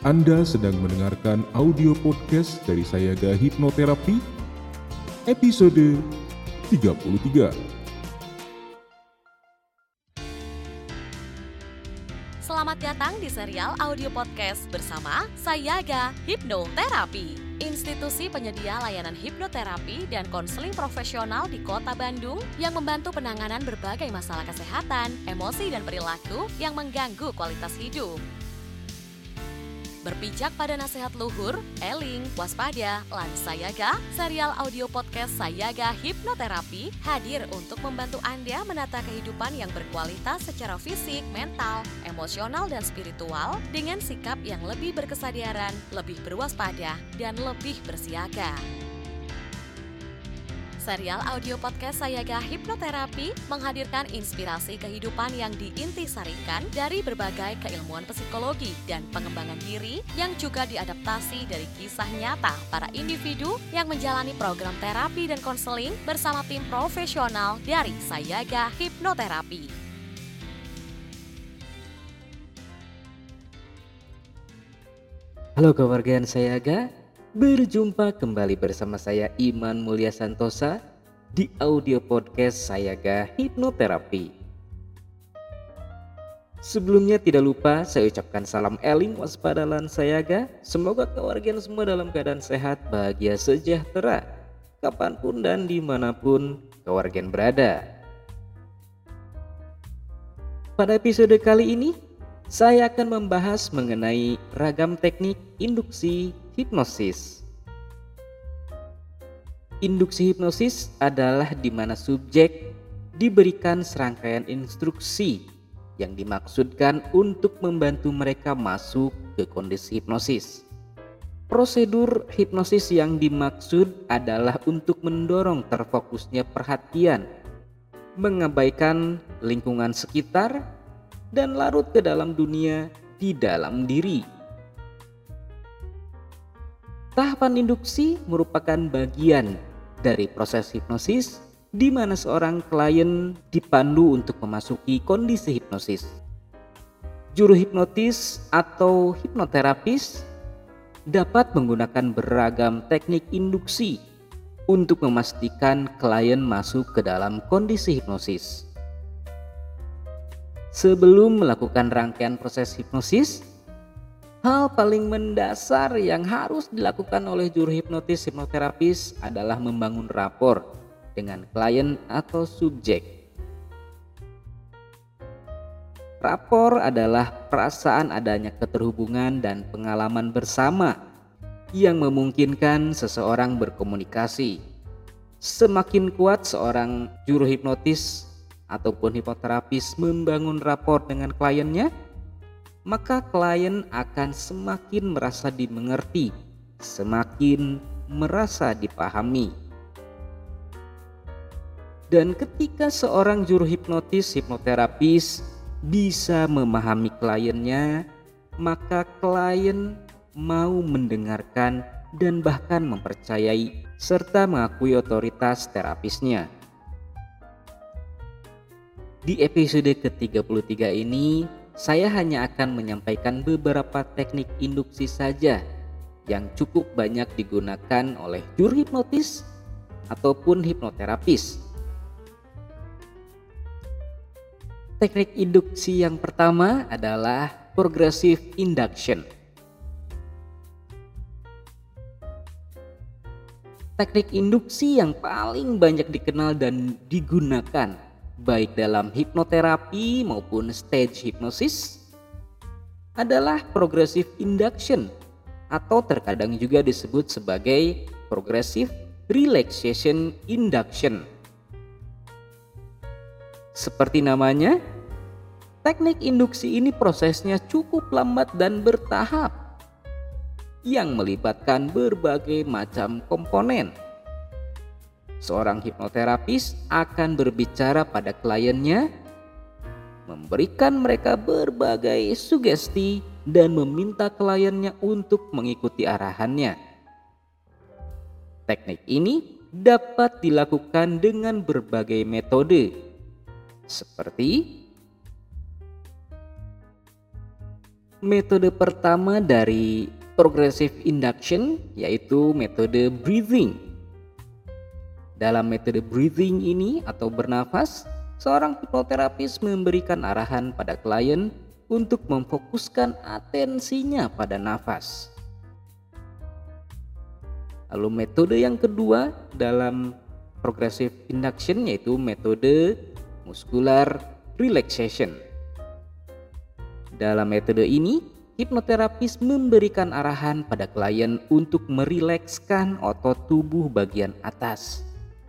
Anda sedang mendengarkan audio podcast dari Sayaga Hipnoterapi, episode 33. Selamat datang di serial audio podcast bersama Sayaga Hipnoterapi, institusi penyedia layanan hipnoterapi dan konseling profesional di Kota Bandung yang membantu penanganan berbagai masalah kesehatan, emosi, dan perilaku yang mengganggu kualitas hidup. Berpijak pada nasihat luhur, eling, waspada, lan Sayaga, serial audio podcast Sayaga Hipnoterapi hadir untuk membantu Anda menata kehidupan yang berkualitas secara fisik, mental, emosional, dan spiritual dengan sikap yang lebih berkesadaran, lebih berwaspada, dan lebih bersiaga. Serial audio podcast Sayaga Hipnoterapi menghadirkan inspirasi kehidupan yang diintisarikan dari berbagai keilmuan psikologi dan pengembangan diri yang juga diadaptasi dari kisah nyata para individu yang menjalani program terapi dan konseling bersama tim profesional dari Sayaga Hipnoterapi. Halo kewargaan Sayaga, berjumpa kembali bersama saya Iman Mulya Santosa di audio podcast Sayaga Hipnoterapi. Sebelumnya tidak lupa saya ucapkan salam eling, waspada, lan Sayaga. Semoga kewargaan semua dalam keadaan sehat, bahagia, sejahtera kapanpun dan dimanapun kewargaan berada. Pada episode kali ini saya akan membahas mengenai ragam teknik induksi hipnosis. Induksi hipnosis adalah di mana subjek diberikan serangkaian instruksi yang dimaksudkan untuk membantu mereka masuk ke kondisi hipnosis. Prosedur hipnosis yang dimaksud adalah untuk mendorong terfokusnya perhatian, mengabaikan lingkungan sekitar, dan larut ke dalam dunia di dalam diri. Tahapan induksi merupakan bagian dari proses hipnosis di mana seorang klien dipandu untuk memasuki kondisi hipnosis. Juru hipnotis atau hipnoterapis dapat menggunakan beragam teknik induksi untuk memastikan klien masuk ke dalam kondisi hipnosis. Sebelum melakukan rangkaian proses hipnosis, hal paling mendasar yang harus dilakukan oleh juru hipnotis hipnoterapis adalah membangun rapor dengan klien atau subjek. Rapor adalah perasaan adanya keterhubungan dan pengalaman bersama yang memungkinkan seseorang berkomunikasi. Semakin kuat seorang juru hipnotis ataupun hipnoterapis membangun rapor dengan kliennya, maka klien akan semakin merasa dimengerti, semakin merasa dipahami. Dan ketika seorang juru hipnotis hipnoterapis bisa memahami kliennya, maka klien mau mendengarkan dan bahkan mempercayai serta mengakui otoritas terapisnya. Di episode ke-33 ini, saya hanya akan menyampaikan beberapa teknik induksi saja yang cukup banyak digunakan oleh juru hipnotis ataupun hipnoterapis. Teknik induksi yang pertama adalah progressive induction. Teknik induksi yang paling banyak dikenal dan digunakan baik dalam hipnoterapi maupun stage hypnosis adalah progressive induction atau terkadang juga disebut sebagai progressive relaxation induction. Seperti namanya, teknik induksi ini prosesnya cukup lambat dan bertahap yang melibatkan berbagai macam komponen. Seorang hipnoterapis akan berbicara pada kliennya, memberikan mereka berbagai sugesti dan meminta kliennya untuk mengikuti arahannya. Teknik ini dapat dilakukan dengan berbagai metode, seperti Metode pertama dari progressive induction yaitu metode breathing. Dalam metode breathing ini atau bernafas, seorang hipnoterapis memberikan arahan pada klien untuk memfokuskan atensinya pada nafas. Lalu metode yang kedua dalam progressive induction yaitu metode muscular relaxation. Dalam metode ini, hipnoterapis memberikan arahan pada klien untuk merilekskan otot tubuh bagian atas.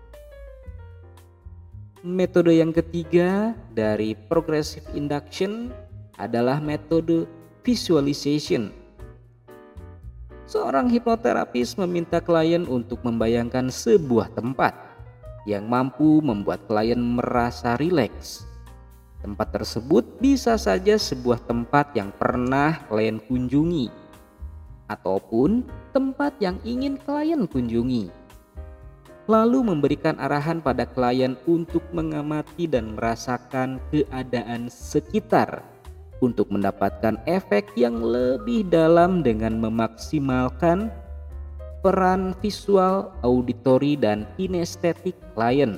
Metode yang ketiga dari progressive induction adalah metode visualization. Seorang hipnoterapis meminta klien untuk membayangkan sebuah tempat yang mampu membuat klien merasa rileks. Tempat tersebut bisa saja sebuah tempat yang pernah klien kunjungi ataupun tempat yang ingin klien kunjungi. Lalu memberikan arahan pada klien untuk mengamati dan merasakan keadaan sekitar untuk mendapatkan efek yang lebih dalam dengan memaksimalkan peran visual, auditori, dan kinestetik klien.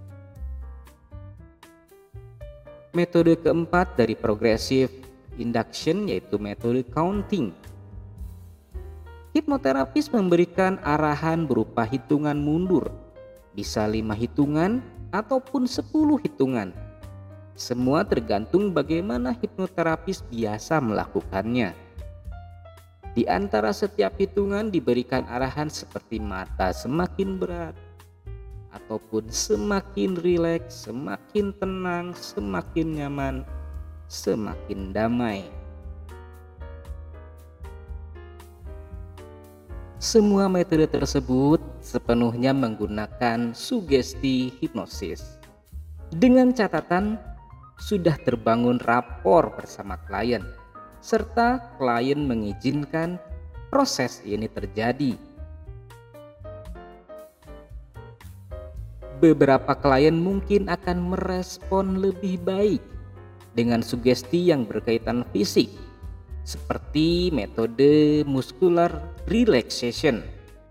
Metode keempat dari progressive induction yaitu metode counting. Hipnoterapis memberikan arahan berupa hitungan mundur, bisa 5 hitungan ataupun 10 hitungan. Semua tergantung bagaimana hipnoterapis biasa melakukannya. Di antara setiap hitungan diberikan arahan seperti mata semakin berat, ataupun semakin rileks, semakin tenang, semakin nyaman, semakin damai. Semua metode tersebut sepenuhnya menggunakan sugesti hipnosis. Dengan catatan sudah terbangun rapor bersama klien, serta klien mengizinkan proses ini terjadi. Beberapa klien mungkin akan merespon lebih baik dengan sugesti yang berkaitan fisik, seperti metode muscular relaxation.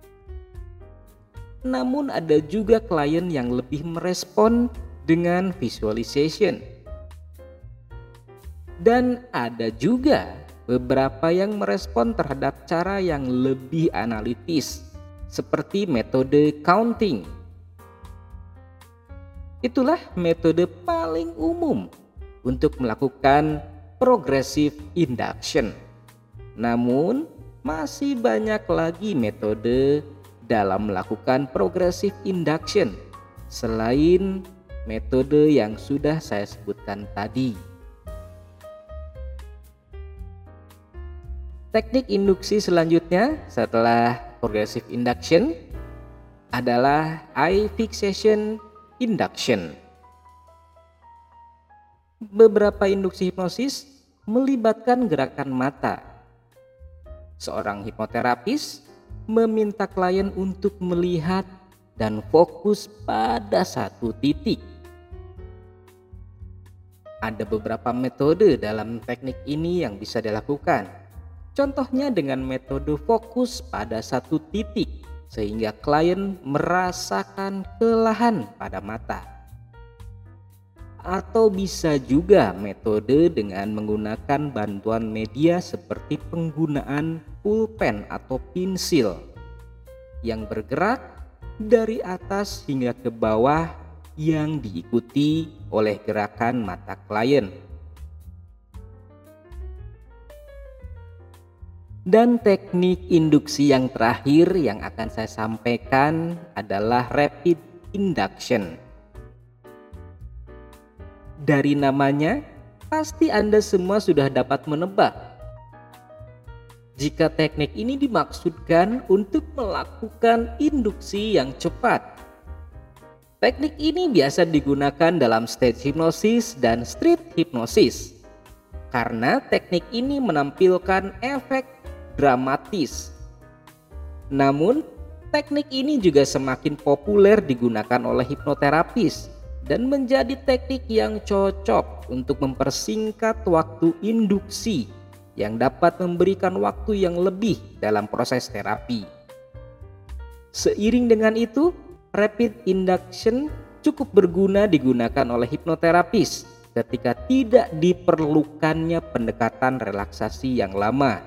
Namun ada juga klien yang lebih merespon dengan visualization. Dan ada juga beberapa yang merespon terhadap cara yang lebih analitis, seperti metode counting. Itulah metode paling umum untuk melakukan progressive induction. Namun, masih banyak lagi metode dalam melakukan progressive induction selain metode yang sudah saya sebutkan tadi. Teknik induksi selanjutnya setelah progressive induction adalah eye fixation induction. Beberapa induksi hipnosis melibatkan gerakan mata. Seorang hipnoterapis meminta klien untuk melihat dan fokus pada satu titik. Ada beberapa metode dalam teknik ini yang bisa dilakukan. Contohnya dengan metode fokus pada satu titik, sehingga klien merasakan kelelahan pada mata. Atau bisa juga metode dengan menggunakan bantuan media seperti penggunaan pulpen atau pensil yang bergerak dari atas hingga ke bawah yang diikuti oleh gerakan mata klien. Dan teknik induksi yang terakhir yang akan saya sampaikan adalah rapid induction. Dari namanya, pasti Anda semua sudah dapat menebak jika teknik ini dimaksudkan untuk melakukan induksi yang cepat. Teknik ini biasa digunakan dalam stage hypnosis dan street hypnosis karena teknik ini menampilkan efek dramatis. Namun, teknik ini juga semakin populer digunakan oleh hipnoterapis dan menjadi teknik yang cocok untuk mempersingkat waktu induksi yang dapat memberikan waktu yang lebih dalam proses terapi. Seiring dengan itu, rapid induction cukup berguna digunakan oleh hipnoterapis ketika tidak diperlukannya pendekatan relaksasi yang lama.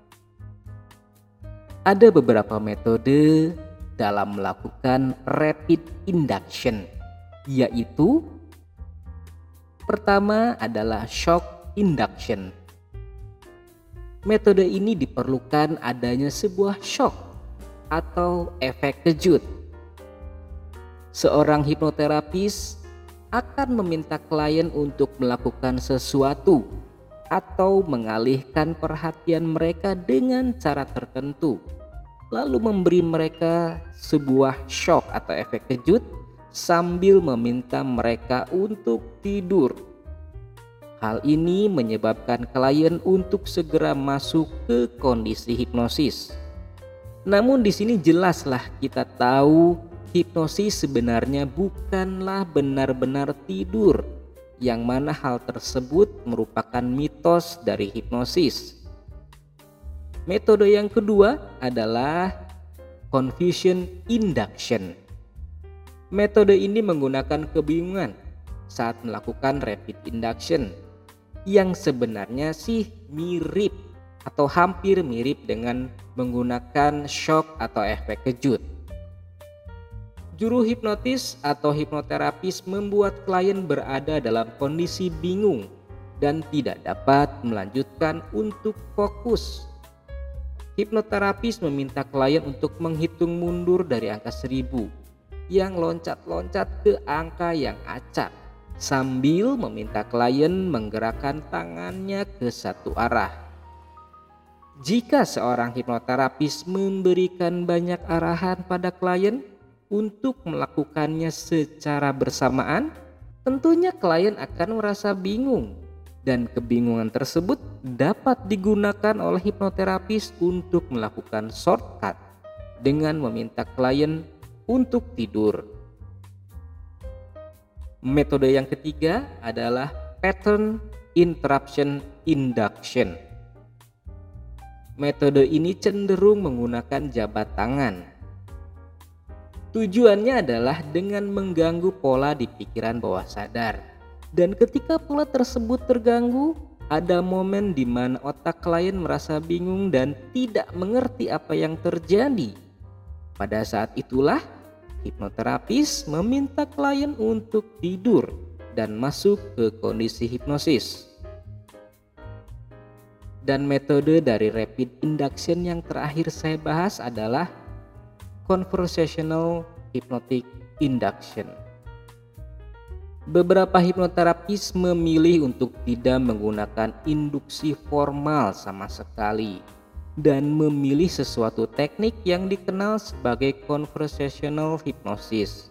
Ada beberapa metode dalam melakukan rapid induction, yaitu pertama adalah shock induction. Metode ini diperlukan adanya sebuah shock atau efek kejut. Seorang hipnoterapis akan meminta klien untuk melakukan sesuatu atau mengalihkan perhatian mereka dengan cara tertentu, lalu memberi mereka sebuah shock atau efek kejut sambil meminta mereka untuk tidur. Hal ini menyebabkan klien untuk segera masuk ke kondisi hipnosis. Namun di sini jelaslah kita tahu hipnosis sebenarnya bukanlah benar-benar tidur, yang mana hal tersebut merupakan mitos dari hipnosis. Metode yang kedua adalah confusion induction. Metode ini menggunakan kebingungan saat melakukan rapid induction, yang sebenarnya sih mirip atau hampir mirip dengan menggunakan shock atau efek kejut. Juru hipnotis atau hipnoterapis membuat klien berada dalam kondisi bingung dan tidak dapat melanjutkan untuk fokus. Hipnoterapis meminta klien untuk menghitung mundur dari angka 1000 yang loncat-loncat ke angka yang acak, sambil meminta klien menggerakkan tangannya ke satu arah. Jika seorang hipnoterapis memberikan banyak arahan pada klien untuk melakukannya secara bersamaan, tentunya klien akan merasa bingung, dan kebingungan tersebut dapat digunakan oleh hipnoterapis untuk melakukan shortcut dengan meminta klien untuk tidur. Metode yang ketiga adalah pattern interruption induction. Metode ini cenderung menggunakan jabat tangan. Tujuannya adalah dengan mengganggu pola di pikiran bawah sadar. Dan ketika pola tersebut terganggu, ada momen di mana otak klien merasa bingung dan tidak mengerti apa yang terjadi. Pada saat itulah, hipnoterapis meminta klien untuk tidur dan masuk ke kondisi hipnosis. Dan metode dari rapid induction yang terakhir saya bahas adalah conversational hypnotic induction. Beberapa hipnoterapis memilih untuk tidak menggunakan induksi formal sama sekali dan memilih sesuatu teknik yang dikenal sebagai conversational hypnosis.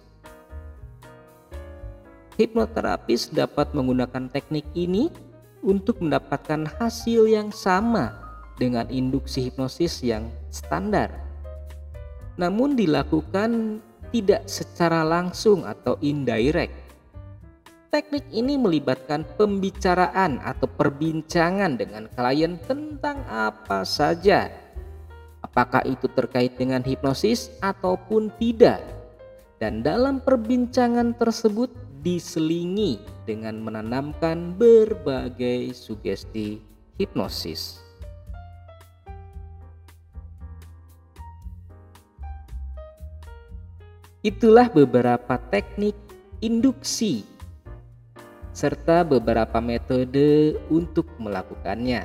Hipnoterapis dapat menggunakan teknik ini untuk mendapatkan hasil yang sama dengan induksi hipnosis yang standar, namun dilakukan tidak secara langsung atau indirect. Teknik ini melibatkan pembicaraan atau perbincangan dengan klien tentang apa saja, apakah itu terkait dengan hipnosis ataupun tidak, dan dalam perbincangan tersebut diselingi dengan menanamkan berbagai sugesti hipnosis. Itulah beberapa teknik induksi serta beberapa metode untuk melakukannya.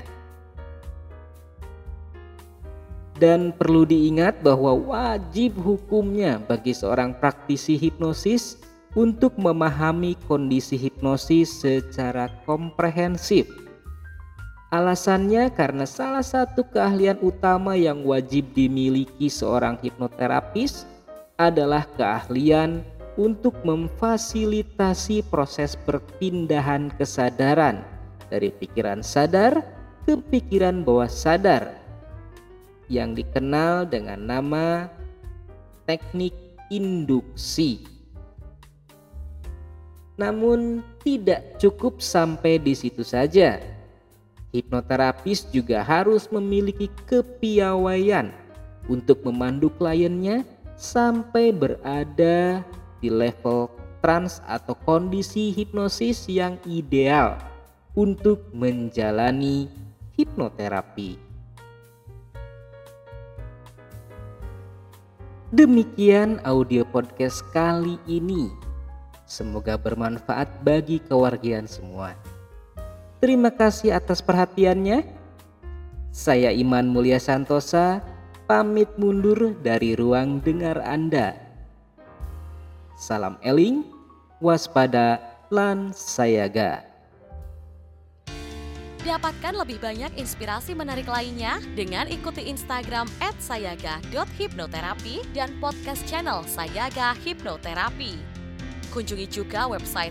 Dan perlu diingat bahwa wajib hukumnya bagi seorang praktisi hipnosis untuk memahami kondisi hipnosis secara komprehensif. Alasannya karena salah satu keahlian utama yang wajib dimiliki seorang hipnoterapis adalah keahlian untuk memfasilitasi proses perpindahan kesadaran dari pikiran sadar ke pikiran bawah sadar yang dikenal dengan nama teknik induksi. Namun tidak cukup sampai di situ saja. Hipnoterapis juga harus memiliki kepiawaian untuk memandu kliennya sampai berada di level trans atau kondisi hipnosis yang ideal untuk menjalani hipnoterapi. Demikian audio podcast kali ini. Semoga bermanfaat bagi kewargian semua. Terima kasih atas perhatiannya. Saya Iman Mulia Santosa, pamit mundur dari ruang dengar Anda. Salam eling, waspada, lan sayaga. Dapatkan lebih banyak inspirasi menarik lainnya dengan ikuti Instagram @sayaga.hipnoterapi dan podcast channel Sayaga Hipnoterapi. Kunjungi juga website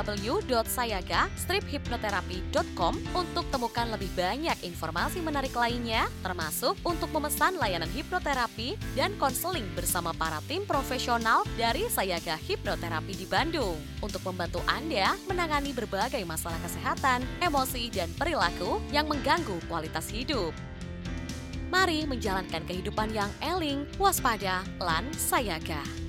www.sayaga-hipnoterapi.com untuk temukan lebih banyak informasi menarik lainnya, termasuk untuk memesan layanan hipnoterapi dan konseling bersama para tim profesional dari Sayaga Hipnoterapi di Bandung untuk membantu Anda menangani berbagai masalah kesehatan, emosi, dan perilaku yang mengganggu kualitas hidup. Mari menjalankan kehidupan yang eling, waspada, lan sayaga.